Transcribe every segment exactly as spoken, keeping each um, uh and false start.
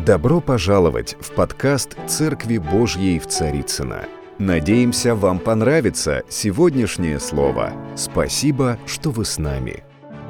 Добро пожаловать в подкаст «Церкви Божьей в Царицыно». Надеемся, вам понравится сегодняшнее слово. Спасибо, что вы с нами.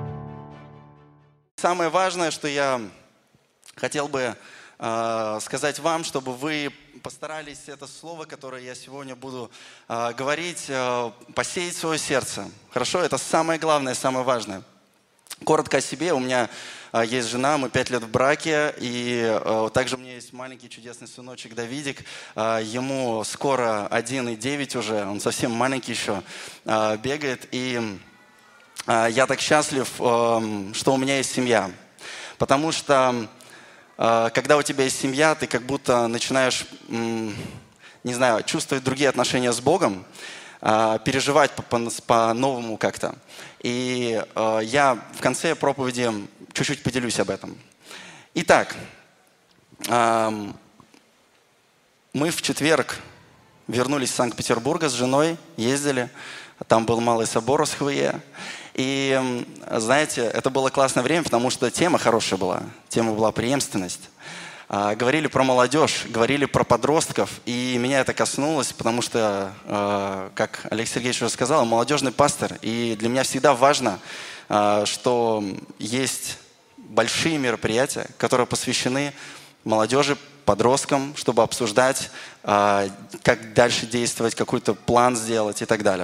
Самое важное, что я хотел бы э, сказать вам, чтобы вы постарались это слово, которое я сегодня буду э, говорить, э, посеять в свое сердце. Хорошо? Это самое главное, самое важное. Коротко о себе. У меня э, есть жена, мы пять лет в браке, и э, также у меня есть маленький чудесный сыночек Давидик. Э, ему скоро один и девять уже, он совсем маленький еще, э, бегает. И э, я так счастлив, э, что у меня есть семья. Потому что, э, когда у тебя есть семья, ты как будто начинаешь, э, не знаю, чувствовать другие отношения с Богом, э, переживать по-новому как-то. И э, я в конце проповеди чуть-чуть поделюсь об этом. Итак, э, мы в четверг вернулись из Санкт-Петербурга с женой, ездили. Там был Малый собор ОСХВЕ. И, знаете, это было классное время, потому что тема хорошая была. Тема была преемственность. А, говорили про молодежь, говорили про подростков. И меня это коснулось, потому что, а, как Олег Сергеевич уже сказал, молодежный пастор. И для меня всегда важно, а, что есть большие мероприятия, которые посвящены молодежи, подросткам, чтобы обсуждать, а, как дальше действовать, какой-то план сделать и так далее.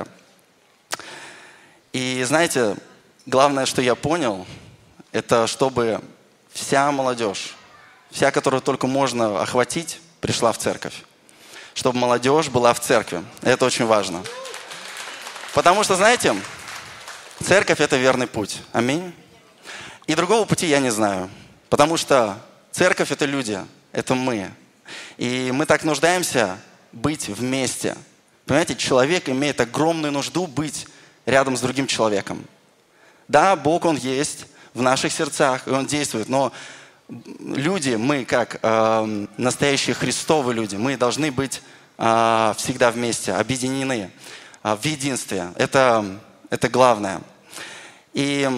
И знаете, главное, что я понял, это чтобы вся молодежь, вся, которую только можно охватить, пришла в церковь. Чтобы молодежь была в церкви. Это очень важно. Потому что, знаете, церковь – это верный путь. Аминь. И другого пути я не знаю. Потому что церковь – это люди, это мы. И мы так нуждаемся быть вместе. Понимаете, человек имеет огромную нужду быть рядом с другим человеком. Да, Бог, Он есть в наших сердцах, и Он действует, но люди, мы как э, настоящие Христовые люди, мы должны быть э, всегда вместе, объединены э, в единстве. Это, это главное. И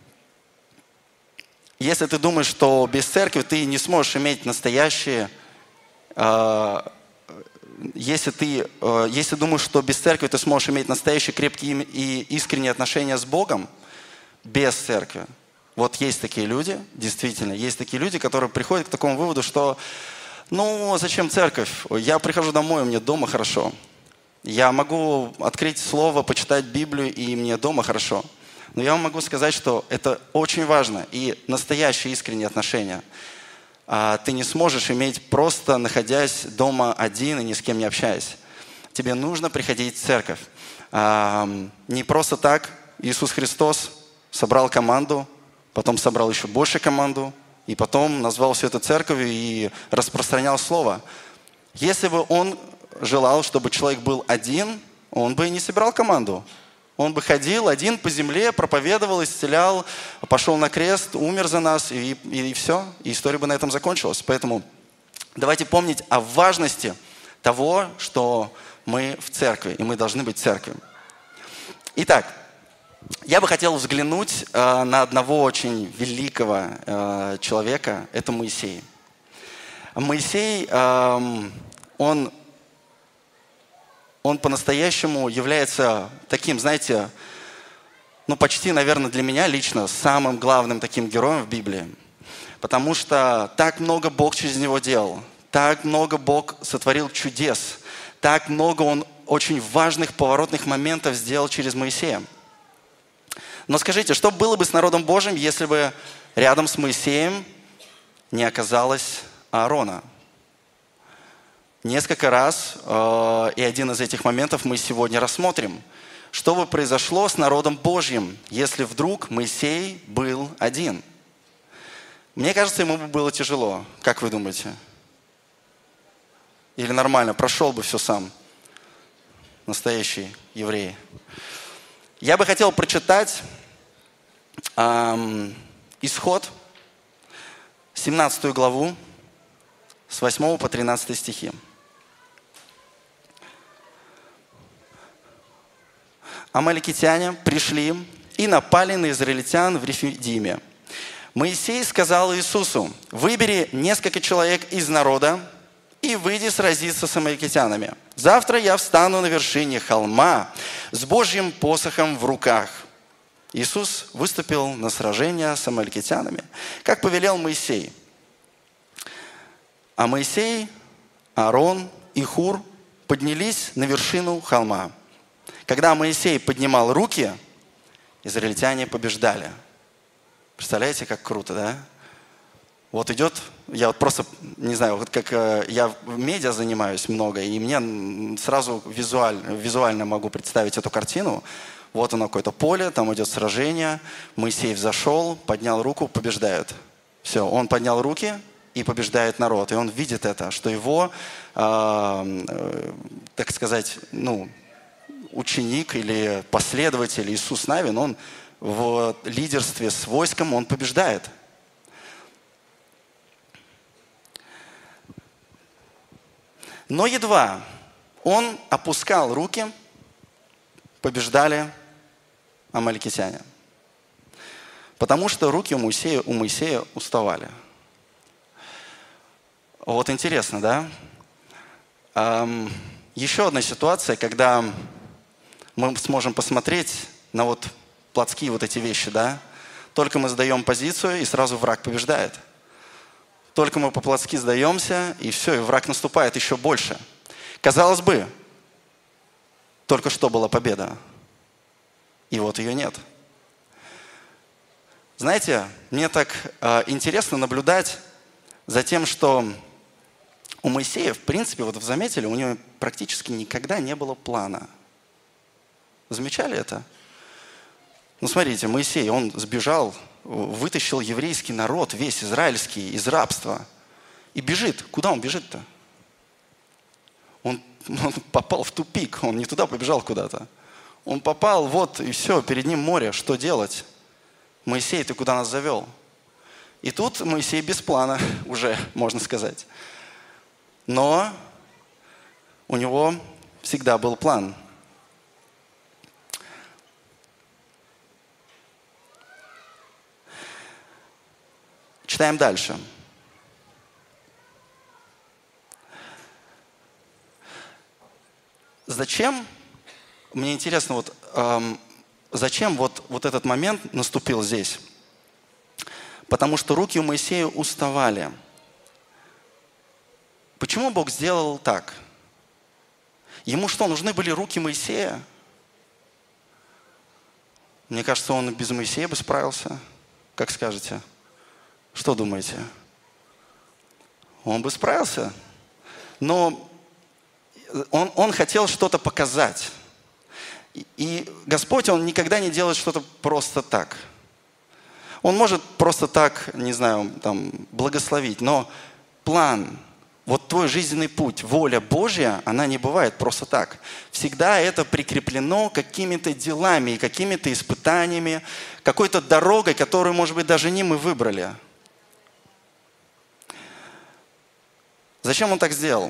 если ты думаешь, что без церкви ты не сможешь иметь настоящие э, Если ты, если думаешь, что без церкви ты сможешь иметь настоящие крепкие и искренние отношения с Богом, без церкви. Вот есть такие люди, действительно, есть такие люди, которые приходят к такому выводу, что, ну, зачем церковь? Я прихожу домой, мне дома хорошо. Я могу открыть слово, почитать Библию, и мне дома хорошо. Но я вам могу сказать, что это очень важно, и настоящие искренние отношения ты не сможешь иметь, просто находясь дома один и ни с кем не общаясь. Тебе нужно приходить в церковь. Не просто так Иисус Христос собрал команду, потом собрал еще больше команду, и потом назвал все это церковью и распространял Слово. Если бы Он желал, чтобы человек был один, Он бы и не собирал команду. Он бы ходил один по земле, проповедовал, исцелял, пошел на крест, умер за нас, и, и, и все. И история бы на этом закончилась. Поэтому давайте помнить о важности того, что мы в церкви, и мы должны быть в церкви. Итак, я бы хотел взглянуть э, на одного очень великого э, человека. Это Моисей. Моисей, э, он... Он по-настоящему является таким, знаете, ну почти, наверное, для меня лично самым главным таким героем в Библии. Потому что так много Бог через него делал, так много Бог сотворил чудес, так много Он очень важных поворотных моментов сделал через Моисея. Но скажите, что было бы с народом Божьим, если бы рядом с Моисеем не оказалось Аарона? Несколько раз, э, и один из этих моментов мы сегодня рассмотрим. Что бы произошло с народом Божьим, если вдруг Моисей был один? Мне кажется, ему бы было тяжело. Как вы думаете? Или нормально, прошел бы все сам? Настоящий еврей. Я бы хотел прочитать э, Исход, семнадцатую главу, с восьмого по тринадцатый стихи. Амаликитяне пришли и напали на израильтян в Рефидиме. Моисей сказал Иисусу: «Выбери несколько человек из народа и выйди сразиться с амаликитянами. Завтра я встану на вершине холма с Божьим посохом в руках». Иисус выступил на сражение с амаликитянами, как повелел Моисей. А Моисей, Аарон и Хур поднялись на вершину холма. Когда Моисей поднимал руки, израильтяне побеждали. Представляете, как круто, да? Вот идет, я вот просто, не знаю, вот как э, я в медиа занимаюсь много, и мне сразу визуально, визуально могу представить эту картину. Вот оно, какое-то поле, там идет сражение, Моисей взошел, поднял руку, побеждают. Все, он поднял руки и побеждает народ. И он видит это, что его, э, э, так сказать, ну, ученик или последователь Иисус Навин, он в лидерстве с войском, он побеждает. Но едва он опускал руки, побеждали амаликитяне. Потому что руки у Моисея, у Моисея уставали. Вот интересно, да? Эм, еще одна ситуация, когда мы сможем посмотреть на вот плотские вот эти вещи, да? Только мы сдаем позицию, и сразу враг побеждает. Только мы по-плотски сдаемся, и все, и враг наступает еще больше. Казалось бы, только что была победа, и вот ее нет. Знаете, мне так э, интересно наблюдать за тем, что у Моисея, в принципе, вот вы заметили, у него практически никогда не было плана. Замечали это? Ну, смотрите, Моисей, он сбежал, вытащил еврейский народ, весь израильский, из рабства. И бежит. Куда он бежит-то? Он, он попал в тупик. Он не туда побежал куда-то. Он попал, вот, и все, перед ним море. Что делать? Моисей, ты куда нас завел? И тут Моисей без плана уже, можно сказать. Но у него всегда был план. Читаем дальше. Зачем, мне интересно, вот, эм, зачем вот, вот этот момент наступил здесь? Потому что руки у Моисея уставали. Почему Бог сделал так? Ему что, нужны были руки Моисея? Мне кажется, он без Моисея бы справился. Как скажете? Что думаете? Он бы справился. Но он, он хотел что-то показать. И, и Господь, Он никогда не делает что-то просто так. Он может просто так, не знаю, там, благословить. Но план, вот твой жизненный путь, воля Божья, она не бывает просто так. Всегда это прикреплено какими-то делами, какими-то испытаниями, какой-то дорогой, которую, может быть, даже не мы выбрали. Зачем он так сделал?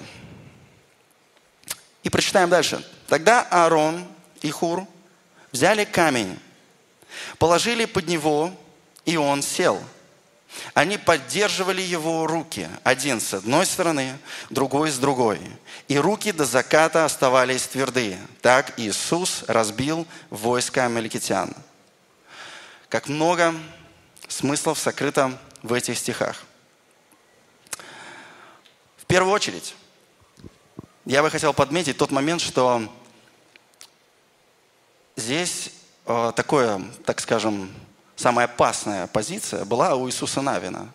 И прочитаем дальше. Тогда Аарон и Хур взяли камень, положили под него, и он сел. Они поддерживали его руки, один с одной стороны, другой с другой. И руки до заката оставались твердые. Так Иисус разбил войско амаликитян. Как много смыслов сокрыто в этих стихах. В первую очередь, я бы хотел подметить тот момент, что здесь э, такое, так скажем, самая опасная позиция была у Иисуса Навина.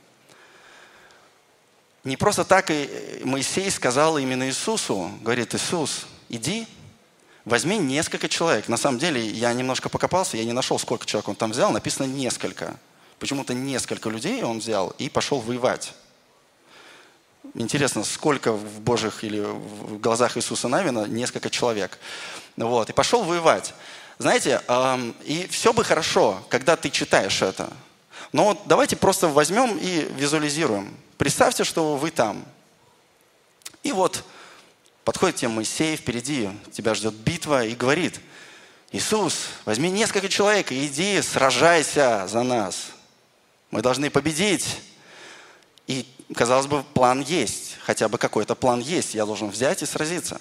Не просто так и Моисей сказал именно Иисусу, говорит: Иисус, иди, возьми несколько человек. На самом деле, я немножко покопался, я не нашел, сколько человек он там взял, написано несколько. Почему-то несколько людей он взял и пошел воевать. Интересно, сколько в Божьих или в глазах Иисуса Навина несколько человек. Вот, и пошел воевать. Знаете, эм, и все бы хорошо, когда ты читаешь это. Но вот давайте просто возьмем и визуализируем. Представьте, что вы там. И вот подходит тебе Моисей, впереди тебя ждет битва, и говорит: Иисус, возьми несколько человек и иди, сражайся за нас. Мы должны победить. И, казалось бы, план есть. Хотя бы какой-то план есть. Я должен взять и сразиться.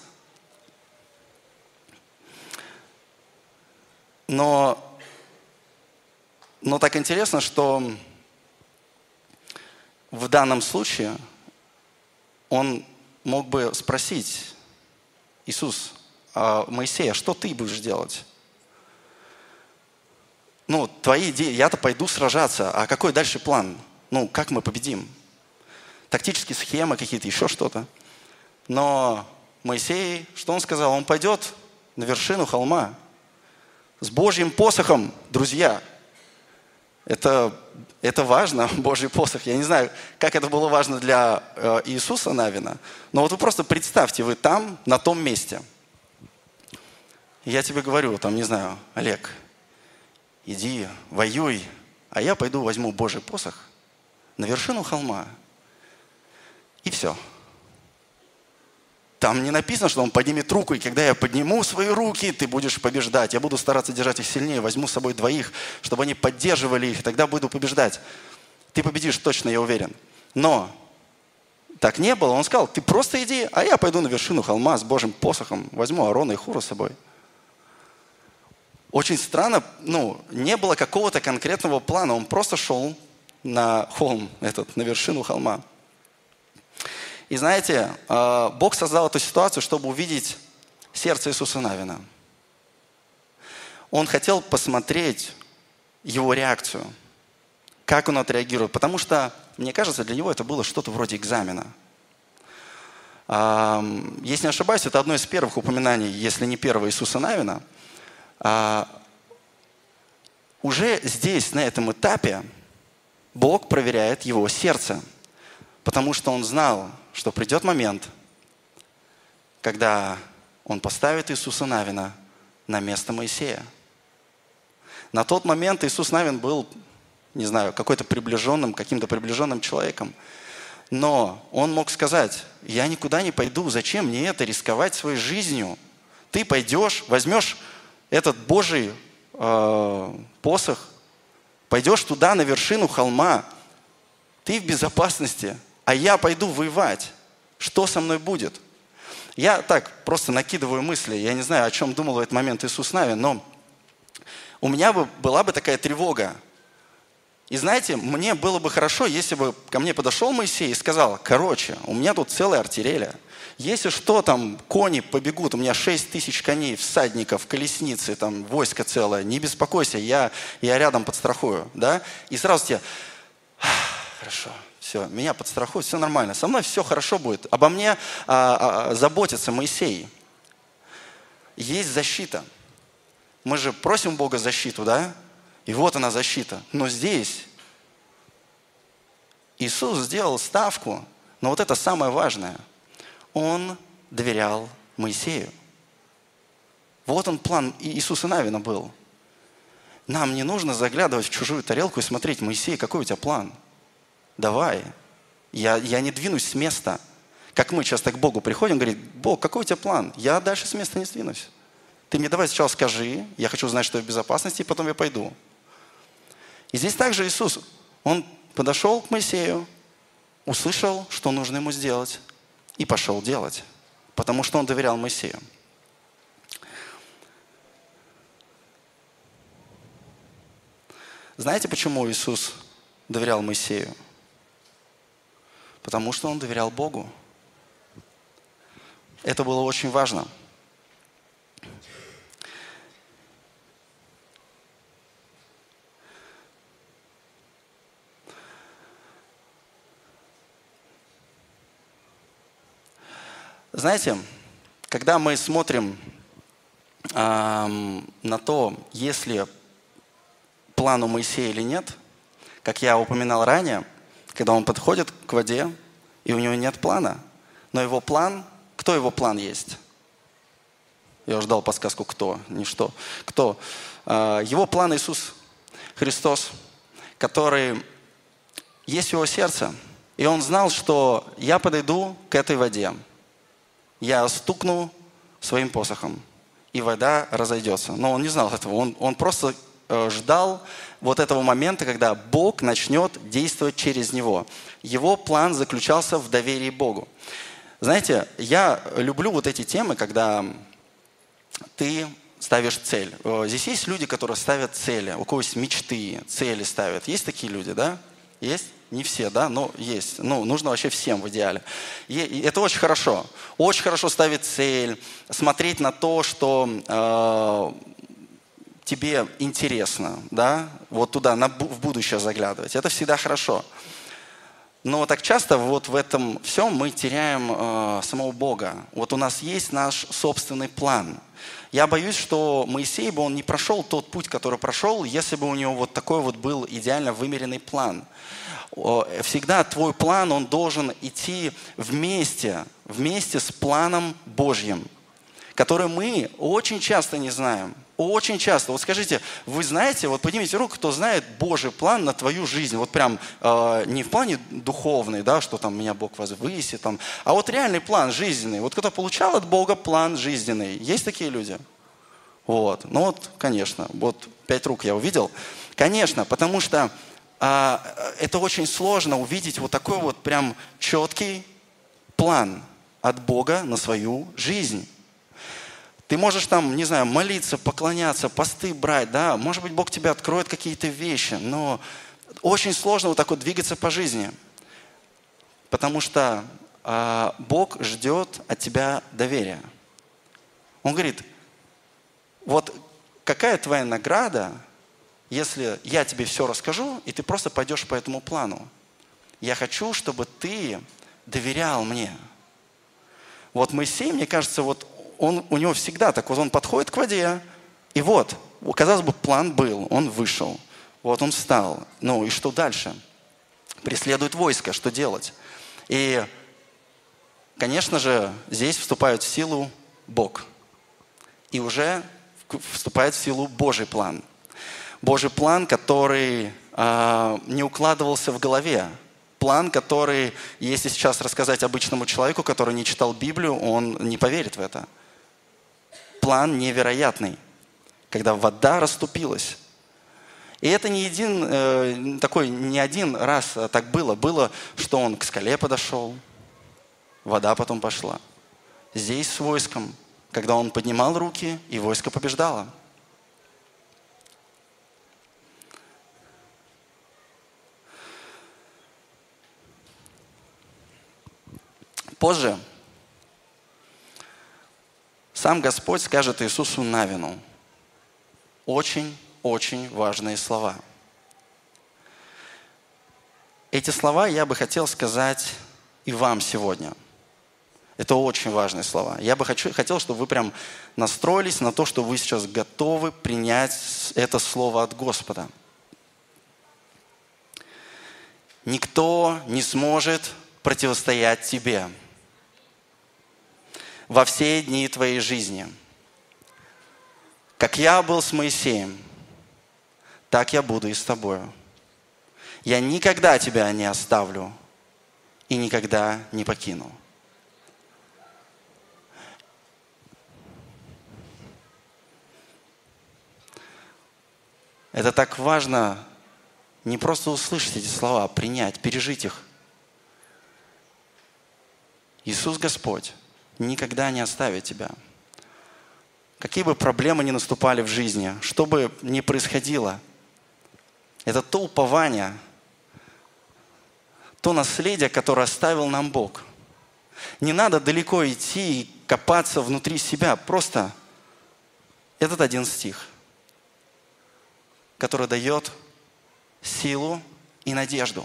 Но, но так интересно, что в данном случае он мог бы спросить: Иисус, а Моисей, а что ты будешь делать? Ну, твои идеи, я-то пойду сражаться, а какой дальше план? Ну, как мы победим? Тактические схемы какие-то, еще что-то. Но Моисей, что он сказал? Он пойдет на вершину холма с Божьим посохом, друзья. Это, это важно, Божий посох. Я не знаю, как это было важно для э, Иисуса Навина, но вот вы просто представьте, вы там, на том месте. Я тебе говорю, там, не знаю, Олег, иди, воюй, а я пойду возьму Божий посох на вершину холма. И все. Там не написано, что он поднимет руку, и когда я подниму свои руки, ты будешь побеждать. Я буду стараться держать их сильнее, возьму с собой двоих, чтобы они поддерживали их, и тогда буду побеждать. Ты победишь точно, я уверен. Но так не было. Он сказал: ты просто иди, а я пойду на вершину холма с Божьим посохом, возьму Аарона и Хуру с собой. Очень странно, ну, не было какого-то конкретного плана. Он просто шел на холм этот, на вершину холма. И знаете, Бог создал эту ситуацию, чтобы увидеть сердце Иисуса Навина. Он хотел посмотреть его реакцию, как он отреагирует. Потому что, мне кажется, для него это было что-то вроде экзамена. Если не ошибаюсь, это одно из первых упоминаний, если не первое, Иисуса Навина. Уже здесь, на этом этапе, Бог проверяет его сердце. Потому что он знал, что придет момент, когда он поставит Иисуса Навина на место Моисея. На тот момент Иисус Навин был, не знаю, какой-то приближенным, каким-то приближенным человеком. Но он мог сказать: я никуда не пойду, зачем мне это, рисковать своей жизнью? Ты пойдешь, возьмешь этот Божий э, посох, пойдешь туда, на вершину холма, ты в безопасности. А я пойду воевать. Что со мной будет? Я так просто накидываю мысли. Я не знаю, о чем думал в этот момент Иисус Навин, но у меня бы, была бы такая тревога. И знаете, мне было бы хорошо, если бы ко мне подошел Моисей и сказал: короче, у меня тут целая артиллерия. Если что, там кони побегут, у меня шесть тысяч коней, всадников, колесницы, там войско целое. Не беспокойся, я, я рядом подстрахую. Да? И сразу тебе: хорошо. Все, меня подстрахуют, все нормально. Со мной все хорошо будет. Обо мне а, а, заботится Моисей. Есть защита. Мы же просим Бога защиту, да? И вот она защита. Но здесь Иисус сделал ставку, но вот это самое важное. Он доверял Моисею. Вот он план Иисуса Навина был. Нам не нужно заглядывать в чужую тарелку и смотреть: Моисей, какой у тебя план? Давай, я, я не двинусь с места. Как мы часто к Богу приходим, говорит: Бог, какой у тебя план? Я дальше с места не сдвинусь. Ты мне давай сначала скажи, я хочу знать, что я в безопасности, и потом я пойду. И здесь также Иисус, Он подошел к Моисею, услышал, что нужно ему сделать, и пошел делать, потому что Он доверял Моисею. Знаете, почему Иисус доверял Моисею? Потому что он доверял Богу. Это было очень важно. Знаете, когда мы смотрим э, на то, есть ли план у Моисея или нет, как я упоминал ранее, когда он подходит к воде, и у него нет плана. Но его план, кто его план есть? Я ждал подсказку «кто», не «что». Кто? Его план Иисус Христос, который есть в его сердце. И он знал, что я подойду к этой воде. Я стукну своим посохом, и вода разойдется. Но он не знал этого. Он, он просто э, ждал вот этого момента, когда Бог начнет действовать через него. Его план заключался в доверии Богу. Знаете, я люблю вот эти темы, когда ты ставишь цель. Здесь есть люди, которые ставят цели, у кого есть мечты, цели ставят. Есть такие люди, да? Есть? Не все, да, но есть. Ну, нужно вообще всем в идеале. И это очень хорошо. Очень хорошо ставить цель, смотреть на то, что э, тебе интересно, да, вот туда, на, в будущее заглядывать. Это всегда хорошо. Но так часто вот в этом всем мы теряем э, самого Бога. Вот у нас есть наш собственный план. Я боюсь, что Моисей бы он не прошел тот путь, который прошел, если бы у него вот такой вот был идеально вымеренный план. Всегда твой план, он должен идти вместе, вместе с планом Божьим, который мы очень часто не знаем. Очень часто. Вот скажите, вы знаете, вот поднимите руку, кто знает Божий план на твою жизнь. Вот прям э, не в плане духовный, да, что там меня Бог возвысит, там, а вот реальный план жизненный. Вот кто получал от Бога план жизненный. Есть такие люди? Вот. Ну вот, конечно. Вот пять рук я увидел. Конечно, потому что э, это очень сложно увидеть вот такой вот прям четкий план от Бога на свою жизнь. Ты можешь там, не знаю, молиться, поклоняться, посты брать, да, может быть, Бог тебе откроет какие-то вещи, но очень сложно вот так вот двигаться по жизни, потому что э, Бог ждет от тебя доверия. Он говорит, вот какая твоя награда, если я тебе все расскажу, и ты просто пойдешь по этому плану? Я хочу, чтобы ты доверял мне. Вот Моисей, мне кажется, вот Он, у него всегда так, вот он подходит к воде, и вот, казалось бы, план был, он вышел, вот он встал. Ну и что дальше? Преследует войско, что делать? И, конечно же, здесь вступает в силу Бог. И уже вступает в силу Божий план. Божий план, который э, не укладывался в голове. План, который, если сейчас рассказать обычному человеку, который не читал Библию, он не поверит в это. План невероятный, когда вода расступилась. И это не один, э, такой, не один раз так было. Было, что он к скале подошел, вода потом пошла. Здесь с войском, когда он поднимал руки, и войско побеждало. Позже сам Господь скажет Иисусу Навину очень-очень важные слова. Эти слова я бы хотел сказать и вам сегодня. Это очень важные слова. Я бы хочу, хотел, чтобы вы прям настроились на то, что вы сейчас готовы принять это слово от Господа. Никто не сможет противостоять тебе во все дни твоей жизни. Как я был с Моисеем, так я буду и с тобою. Я никогда тебя не оставлю и никогда не покину. Это так важно не просто услышать эти слова, а принять, пережить их. Иисус Господь никогда не оставит тебя. Какие бы проблемы ни наступали в жизни, что бы ни происходило, это то упование, то наследие, которое оставил нам Бог. Не надо далеко идти и копаться внутри себя. Просто этот один стих, который дает силу и надежду.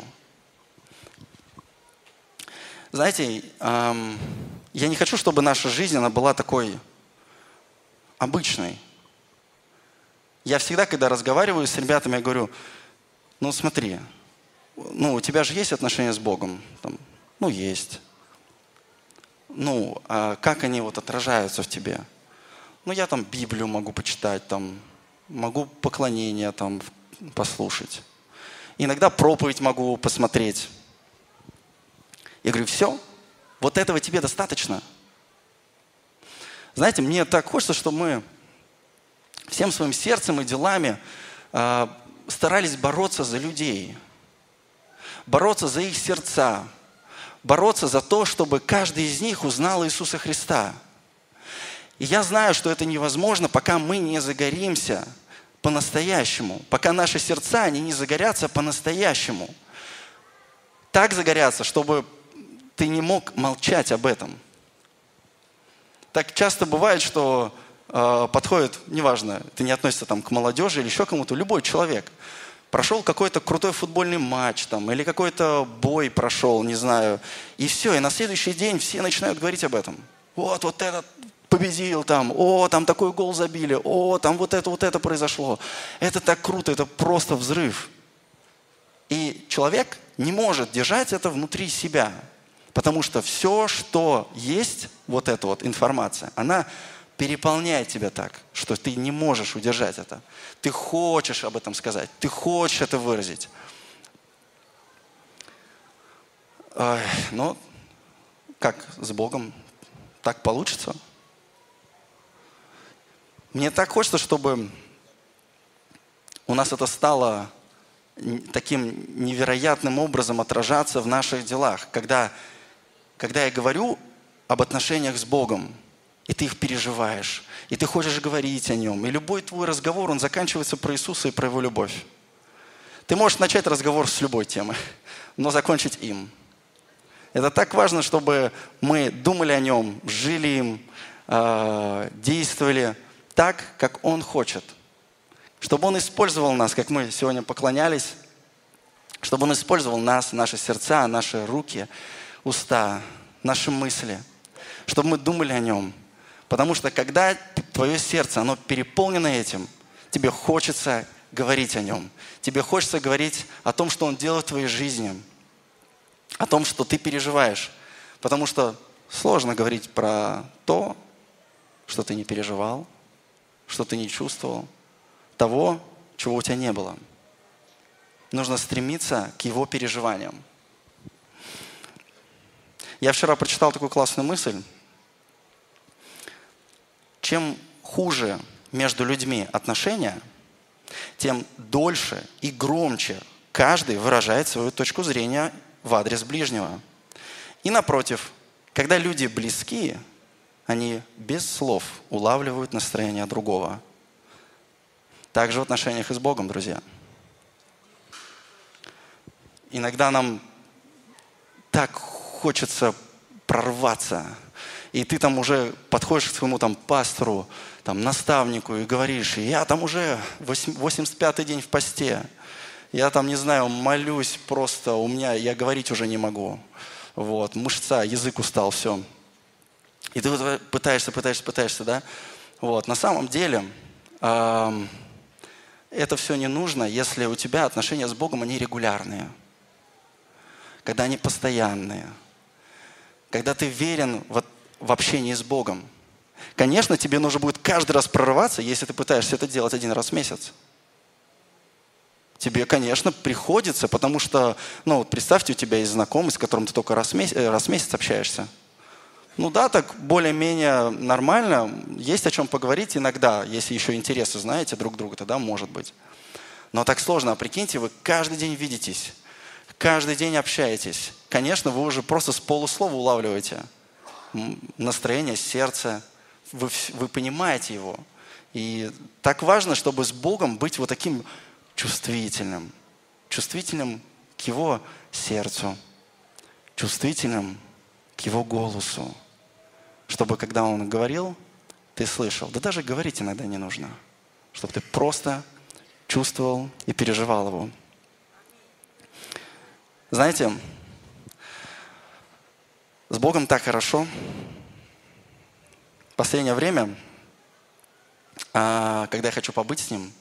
Знаете, эм, я не хочу, чтобы наша жизнь она была такой обычной. Я всегда, когда разговариваю с ребятами, я говорю, ну смотри, ну у тебя же есть отношения с Богом? Там, ну есть. Ну, а как они вот отражаются в тебе? Ну я там Библию могу почитать, там, могу поклонение там послушать. Иногда проповедь могу посмотреть. Я говорю, все, вот этого тебе достаточно. Знаете, мне так хочется, чтобы мы всем своим сердцем и делами э, старались бороться за людей, бороться за их сердца, бороться за то, чтобы каждый из них узнал Иисуса Христа. И я знаю, что это невозможно, пока мы не загоримся по-настоящему, пока наши сердца они не загорятся по-настоящему. Так загорятся, чтобы ты не мог молчать об этом. Так часто бывает, что э, подходит, неважно, это не относится там, к молодежи или еще кому-то, любой человек. Прошел какой-то крутой футбольный матч там, или какой-то бой прошел, не знаю. И все, и на следующий день все начинают говорить об этом. Вот, вот этот победил там, о, там такой гол забили, о, там вот это, вот это произошло. Это так круто, это просто взрыв. И человек не может держать это внутри себя. Потому что все, что есть, вот эта вот информация, она переполняет тебя так, что ты не можешь удержать это. Ты хочешь об этом сказать, ты хочешь это выразить. Ой, но как с Богом так получится? Мне так хочется, чтобы у нас это стало таким невероятным образом отражаться в наших делах, когда Когда я говорю об отношениях с Богом, и ты их переживаешь, и ты хочешь говорить о Нем, и любой твой разговор, он заканчивается про Иисуса и про Его любовь. Ты можешь начать разговор с любой темы, но закончить им. Это так важно, чтобы мы думали о Нем, жили им, действовали так, как Он хочет. Чтобы Он использовал нас, как мы сегодня поклонялись, чтобы Он использовал нас, наши сердца, наши руки, уста, наши мысли, чтобы мы думали о Нем. Потому что когда твое сердце, оно переполнено этим, тебе хочется говорить о Нем. Тебе хочется говорить о том, что Он делает в твоей жизни, о том, что ты переживаешь. Потому что сложно говорить про то, что ты не переживал, что ты не чувствовал, того, чего у тебя не было. Нужно стремиться к Его переживаниям. Я вчера прочитал такую классную мысль. Чем хуже между людьми отношения, тем дольше и громче каждый выражает свою точку зрения в адрес ближнего. И напротив, когда люди близки, они без слов улавливают настроение другого. Так же в отношениях и с Богом, друзья. Иногда нам так хочется прорваться. И ты там уже подходишь к своему там пастору, там, наставнику и говоришь, я там уже восемьдесят пятый день в посте. Я там, не знаю, молюсь просто, у меня, я говорить уже не могу. Вот, мышца, язык устал, все. И ты вот пытаешься, пытаешься, пытаешься, да? Вот, на самом деле, э, это все не нужно, если у тебя отношения с Богом, они регулярные. Когда они постоянные. Когда ты верен в, в общении с Богом. Конечно, тебе нужно будет каждый раз прорываться, если ты пытаешься это делать один раз в месяц. Тебе, конечно, приходится, потому что, ну, вот представьте, у тебя есть знакомый, с которым ты только раз в месяц, раз в месяц общаешься. Ну да, так более-менее нормально, есть о чем поговорить иногда, если еще интересы знаете друг друга, тогда может быть. Но так сложно, а прикиньте, вы каждый день видитесь. Каждый день общаетесь. Конечно, вы уже просто с полуслова улавливаете настроение сердца. Вы, вы понимаете его. И так важно, чтобы с Богом быть вот таким чувствительным. Чувствительным к Его сердцу. Чувствительным к Его голосу. Чтобы, когда Он говорил, ты слышал. Да даже говорить иногда не нужно. Чтобы ты просто чувствовал и переживал Его. Знаете, с Богом так хорошо. В последнее время, когда я хочу побыть с Ним,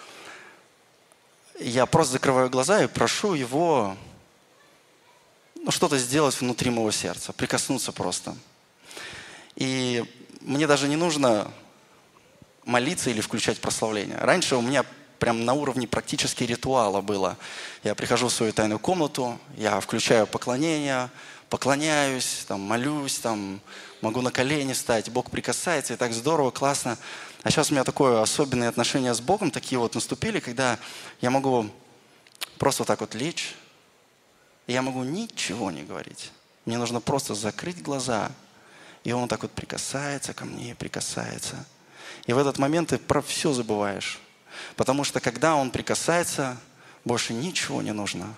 я просто закрываю глаза и прошу Его, ну, что-то сделать внутри моего сердца, прикоснуться просто. И мне даже не нужно молиться или включать прославление. Раньше у меня прям на уровне практически ритуала было. Я прихожу в свою тайную комнату, я включаю поклонение, поклоняюсь, там, молюсь, там, могу на колени встать, Бог прикасается, и так здорово, классно. А сейчас у меня такое особенное отношение с Богом, такие вот наступили, когда я могу просто вот так вот лечь, и я могу ничего не говорить. Мне нужно просто закрыть глаза, и Он так вот прикасается ко мне, прикасается. И в этот момент ты про все забываешь. Потому что когда Он прикасается, больше ничего не нужно.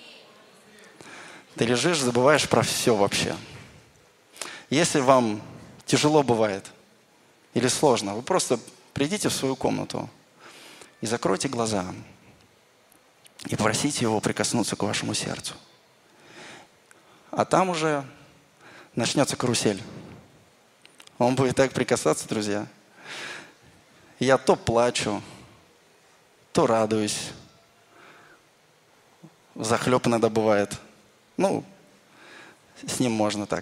Ты лежишь, забываешь про все вообще. Если вам тяжело бывает или сложно, вы просто придите в свою комнату и закройте глаза и попросите Его прикоснуться к вашему сердцу. А там уже начнется карусель. Он будет так прикасаться, друзья. Я то плачу, то радуюсь. Захлеб иногда бывает. Ну, с ним можно так.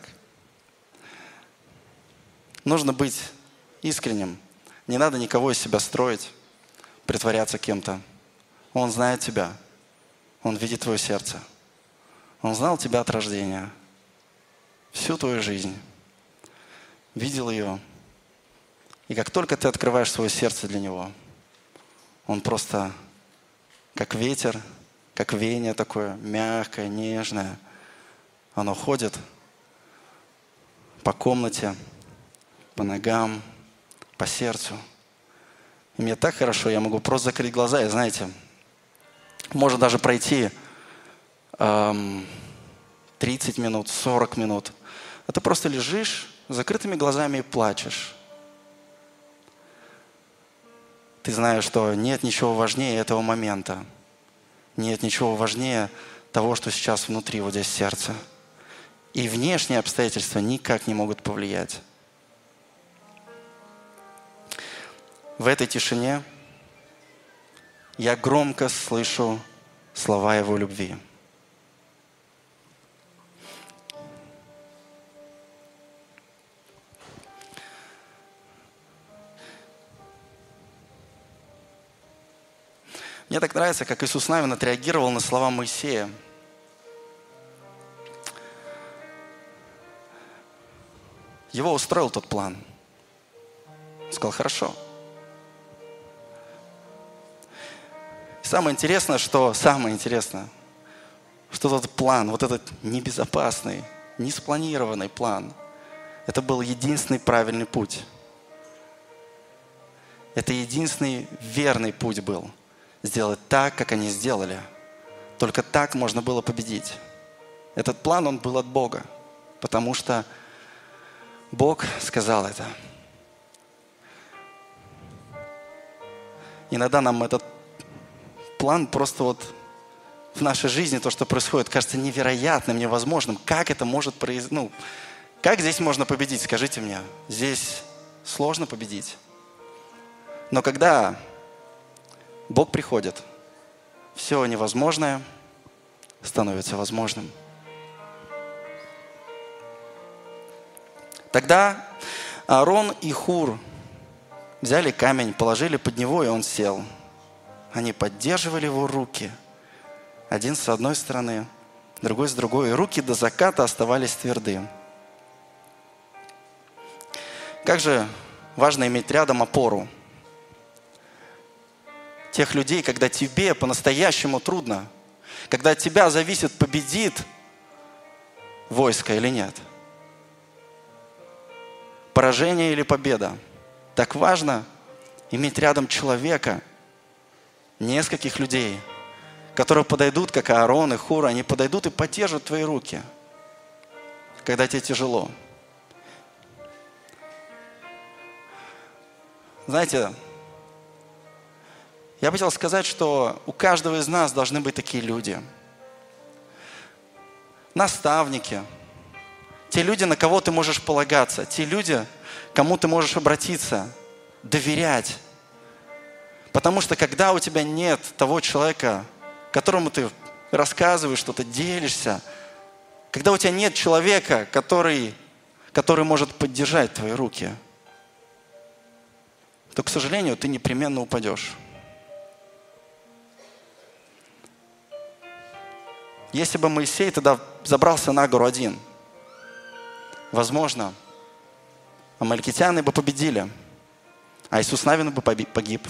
Нужно быть искренним. Не надо никого из себя строить, притворяться кем-то. Он знает тебя. Он видит твое сердце. Он знал тебя от рождения. Всю твою жизнь. Видел ее. И как только ты открываешь свое сердце для Него, Он просто как ветер, как веяние такое, мягкое, нежное. Оно ходит по комнате, по ногам, по сердцу. И мне так хорошо, я могу просто закрыть глаза, и знаете, можно даже пройти эм, тридцать минут, сорок минут. А ты просто лежишь с закрытыми глазами и плачешь. Ты знаешь, что нет ничего важнее этого момента. Нет ничего важнее того, что сейчас внутри, вот здесь сердце. И внешние обстоятельства никак не могут повлиять. В этой тишине я громко слышу слова Его любви. Мне так нравится, как Иисус Навин отреагировал на слова Моисея. Его устроил тот план. Он сказал, хорошо. И самое интересное, что самое интересное, что тот план, вот этот небезопасный, неспланированный план, это был единственный правильный путь. Это единственный верный путь был. Сделать так, как они сделали. Только так можно было победить. Этот план, он был от Бога, потому что Бог сказал это. Иногда нам этот план просто вот в нашей жизни, то, что происходит, кажется невероятным, невозможным. Как это может произойти? Ну, как здесь можно победить? Скажите мне. Здесь сложно победить. Но когда Бог приходит, все невозможное становится возможным. Тогда Аарон и Хур взяли камень, положили под него, и он сел. Они поддерживали его руки. Один с одной стороны, другой с другой. И руки до заката оставались тверды. Как же важно иметь рядом опору. Тех людей, когда тебе по-настоящему трудно, когда от тебя зависит, победит войско или нет. Поражение или победа. Так важно иметь рядом человека, нескольких людей, которые подойдут, как Аарон и Хур, они подойдут и поддержат твои руки, когда тебе тяжело. Знаете, я бы хотел сказать, что у каждого из нас должны быть такие люди. Наставники. Те люди, на кого ты можешь полагаться. Те люди, кому ты можешь обратиться, доверять. Потому что когда у тебя нет того человека, которому ты рассказываешь что-то, делишься, когда у тебя нет человека, который, который может поддержать твои руки, то, к сожалению, ты непременно упадешь. Если бы Моисей тогда забрался на гору один, возможно, амаликитяне бы победили, а Иисус Навин бы погиб.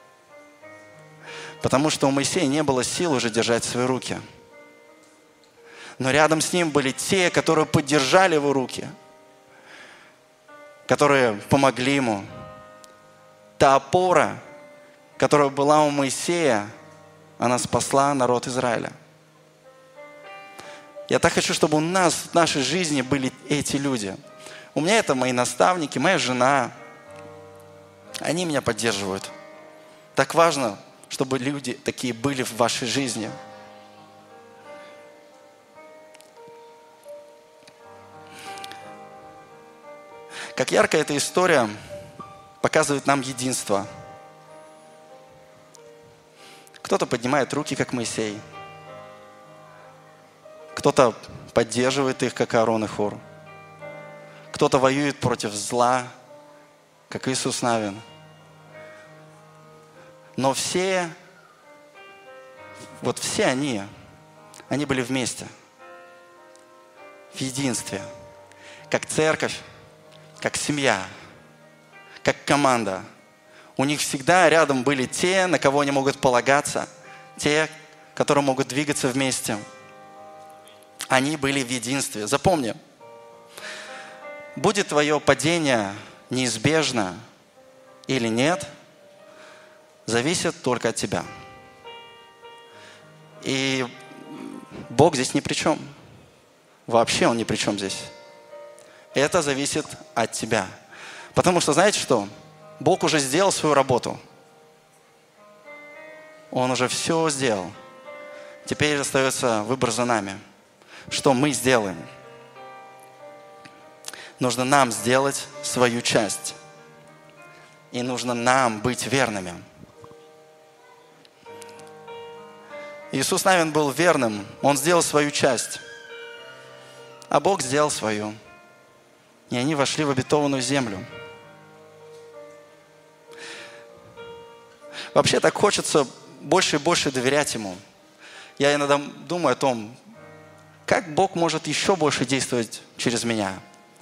Потому что у Моисея не было сил уже держать свои руки. Но рядом с ним были те, которые поддержали его руки, которые помогли ему. Та опора, которая была у Моисея, она спасла народ Израиля. Я так хочу, чтобы у нас в нашей жизни были эти люди. У меня это мои наставники, моя жена. Они меня поддерживают. Так важно, чтобы люди такие были в вашей жизни. Как ярко эта история показывает нам единство. Кто-то поднимает руки, как Моисей. Кто-то поддерживает их, как Аарон и Хур. Кто-то воюет против зла, как Иисус Навин. Но все, вот все они, они были вместе, в единстве, как церковь, как семья, как команда. У них всегда рядом были те, на кого они могут полагаться, те, которые могут двигаться вместе. Они были в единстве. Запомни, будет твое падение неизбежно или нет, зависит только от тебя. И Бог здесь ни при чем. Вообще Он ни при чем здесь. Это зависит от тебя. Потому что, знаете что? Бог уже сделал свою работу. Он уже все сделал. Теперь остается выбор за нами. Что мы сделаем? Нужно нам сделать свою часть. И нужно нам быть верными. Иисус Навин был верным. Он сделал свою часть. А Бог сделал свою. И они вошли в обетованную землю. Вообще так хочется больше и больше доверять Ему. Я иногда думаю о том, как Бог может еще больше действовать через меня.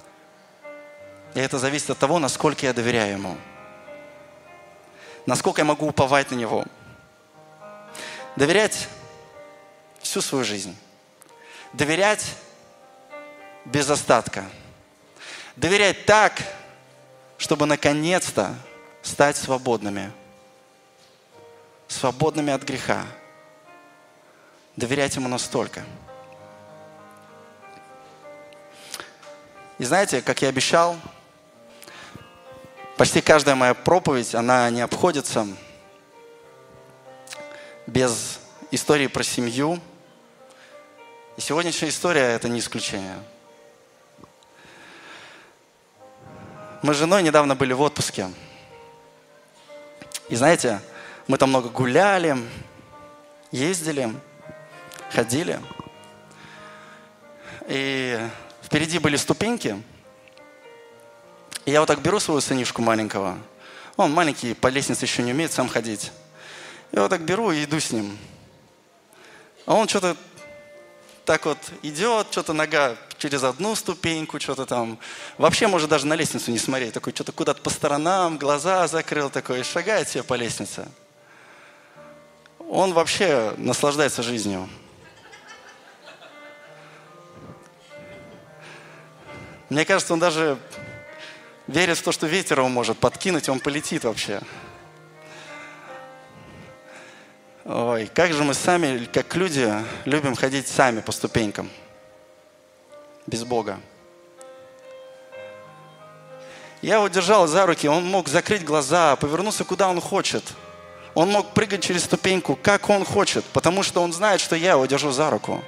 И это зависит от того, насколько я доверяю Ему. Насколько я могу уповать на Него. Доверять всю свою жизнь. Доверять без остатка. Доверять так, чтобы наконец-то стать свободными. Свободными от греха. Доверять Ему настолько. И знаете, как я обещал, почти каждая моя проповедь, она не обходится без истории про семью. И сегодняшняя история – это не исключение. Мы с женой недавно были в отпуске. И знаете, мы там много гуляли, ездили, ходили. И впереди были ступеньки. И я вот так беру своего сынишку маленького. Он маленький, по лестнице еще не умеет сам ходить. Я вот так беру и иду с ним. А он что-то так вот идет, что-то нога через одну ступеньку, что-то там. Вообще может даже на лестницу не смотреть. Такой что-то куда-то по сторонам, глаза закрыл такой, шагает себе по лестнице. Он вообще наслаждается жизнью. Мне кажется, он даже верит в то, что ветер его может подкинуть, и он полетит вообще. Ой, как же мы сами, как люди, любим ходить сами по ступенькам. Без Бога. Я его держал за руки, он мог закрыть глаза, повернуться куда он хочет. Он мог прыгать через ступеньку, как он хочет, потому что он знает, что я его держу за руку.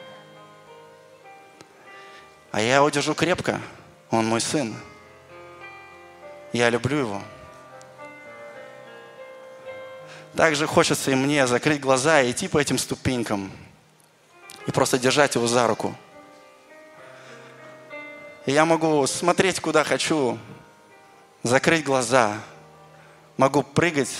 А я его держу крепко. Он мой сын. Я люблю его. Также хочется и мне закрыть глаза и идти по этим ступенькам. И просто держать его за руку. И я могу смотреть, куда хочу. Закрыть глаза. Могу прыгать.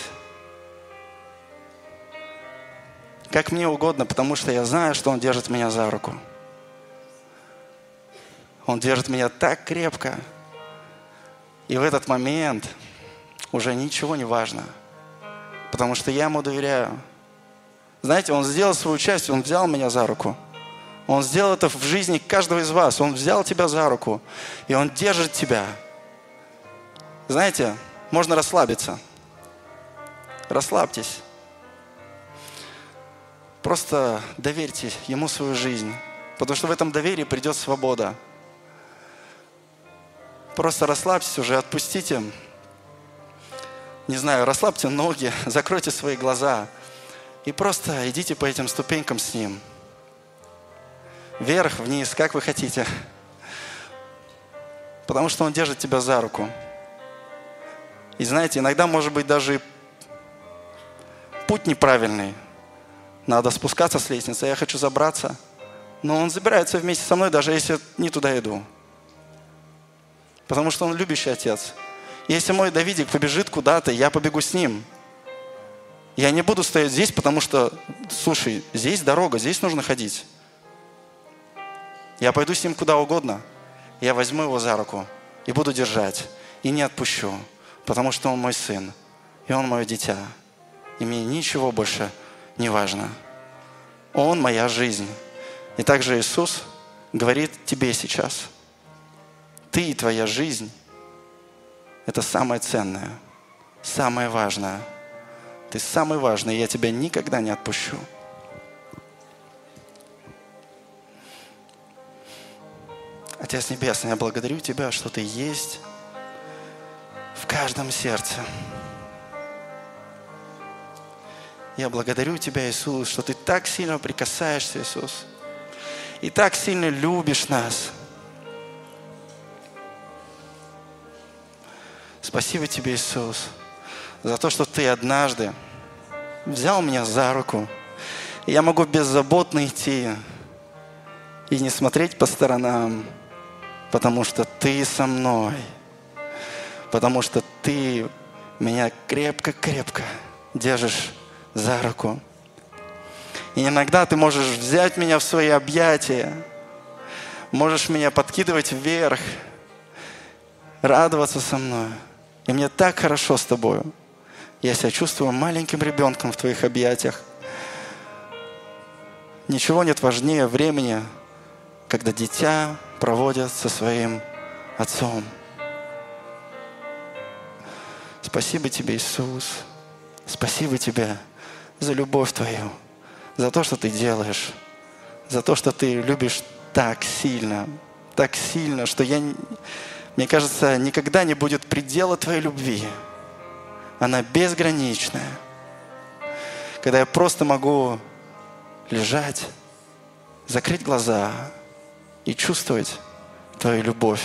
Как мне угодно, потому что я знаю, что он держит меня за руку. Он держит меня так крепко. И в этот момент уже ничего не важно, потому что я Ему доверяю. Знаете, Он сделал свою часть, Он взял меня за руку. Он сделал это в жизни каждого из вас. Он взял тебя за руку, и Он держит тебя. Знаете, можно расслабиться. Расслабьтесь. Просто доверьте Ему свою жизнь, потому что в этом доверии придет свобода. Просто расслабьтесь уже, отпустите. Не знаю, расслабьте ноги, закройте свои глаза и просто идите по этим ступенькам с Ним. Вверх, вниз, как вы хотите. Потому что Он держит тебя за руку. И знаете, иногда может быть даже путь неправильный. Надо спускаться с лестницы, я хочу забраться. Но Он забирается вместе со мной, даже если не туда иду. Потому что Он любящий Отец. Если мой Давидик побежит куда-то, я побегу с ним. Я не буду стоять здесь, потому что, слушай, здесь дорога, здесь нужно ходить. Я пойду с ним куда угодно. Я возьму его за руку и буду держать. И не отпущу, потому что он мой сын. И он мое дитя. И мне ничего больше не важно. Он моя жизнь. И также Иисус говорит тебе сейчас. Ты и твоя жизнь – это самое ценное, самое важное. Ты самый важный, и я тебя никогда не отпущу. Отец Небесный, я благодарю Тебя, что Ты есть в каждом сердце. Я благодарю Тебя, Иисус, что Ты так сильно прикасаешься, Иисус, и так сильно любишь нас. Спасибо Тебе, Иисус, за то, что Ты однажды взял меня за руку, и я могу беззаботно идти и не смотреть по сторонам, потому что Ты со мной, потому что Ты меня крепко-крепко держишь за руку. И иногда Ты можешь взять меня в свои объятия, можешь меня подкидывать вверх, радоваться со мной. И мне так хорошо с Тобою. Я себя чувствую маленьким ребенком в Твоих объятиях. Ничего нет важнее времени, когда дитя проводят со своим отцом. Спасибо Тебе, Иисус. Спасибо Тебе за любовь Твою, за то, что Ты делаешь, за то, что Ты любишь так сильно, так сильно, что я, мне кажется, никогда не будет предела Твоей любви. Она безграничная. Когда я просто могу лежать, закрыть глаза и чувствовать Твою любовь.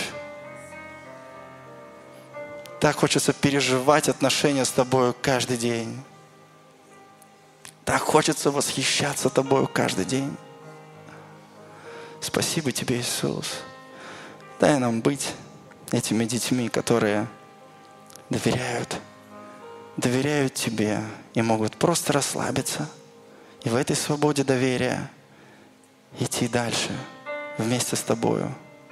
Так хочется переживать отношения с Тобою каждый день. Так хочется восхищаться Тобою каждый день. Спасибо Тебе, Иисус. Дай нам быть этими детьми, которые доверяют, доверяют Тебе и могут просто расслабиться и в этой свободе доверия идти дальше вместе с Тобою.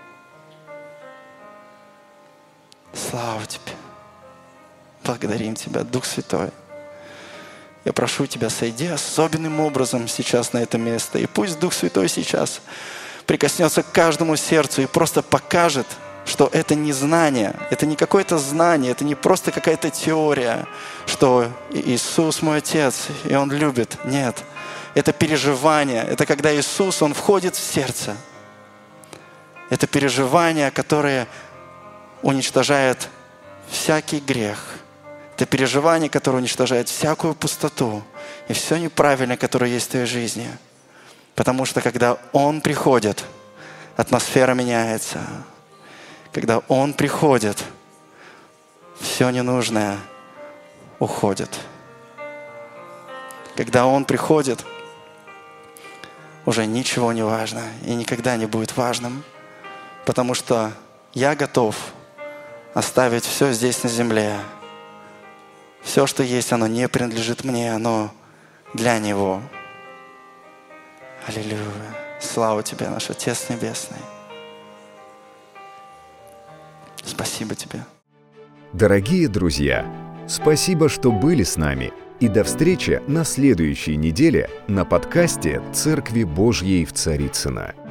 Слава Тебе. Благодарим Тебя, Дух Святой. Я прошу Тебя, сойди особенным образом сейчас на это место. И пусть Дух Святой сейчас прикоснется к каждому сердцу и просто покажет, что это не знание, это не какое-то знание, это не просто какая-то теория, что Иисус мой Отец, и Он любит. Нет, это переживание, это когда Иисус, Он входит в сердце. Это переживание, которое уничтожает всякий грех. Это переживание, которое уничтожает всякую пустоту и все неправильное, которое есть в твоей жизни. Потому что когда Он приходит, атмосфера меняется. Когда Он приходит, все ненужное уходит. Когда Он приходит, уже ничего не важно и никогда не будет важным. Потому что я готов оставить все здесь на земле. Все, что есть, оно не принадлежит мне, оно для Него. Аллилуйя. Слава Тебе, наш Отец Небесный. Спасибо тебе. Дорогие друзья, спасибо, что были с нами. И до встречи на следующей неделе на подкасте «Церкви Божьей в Царицыно».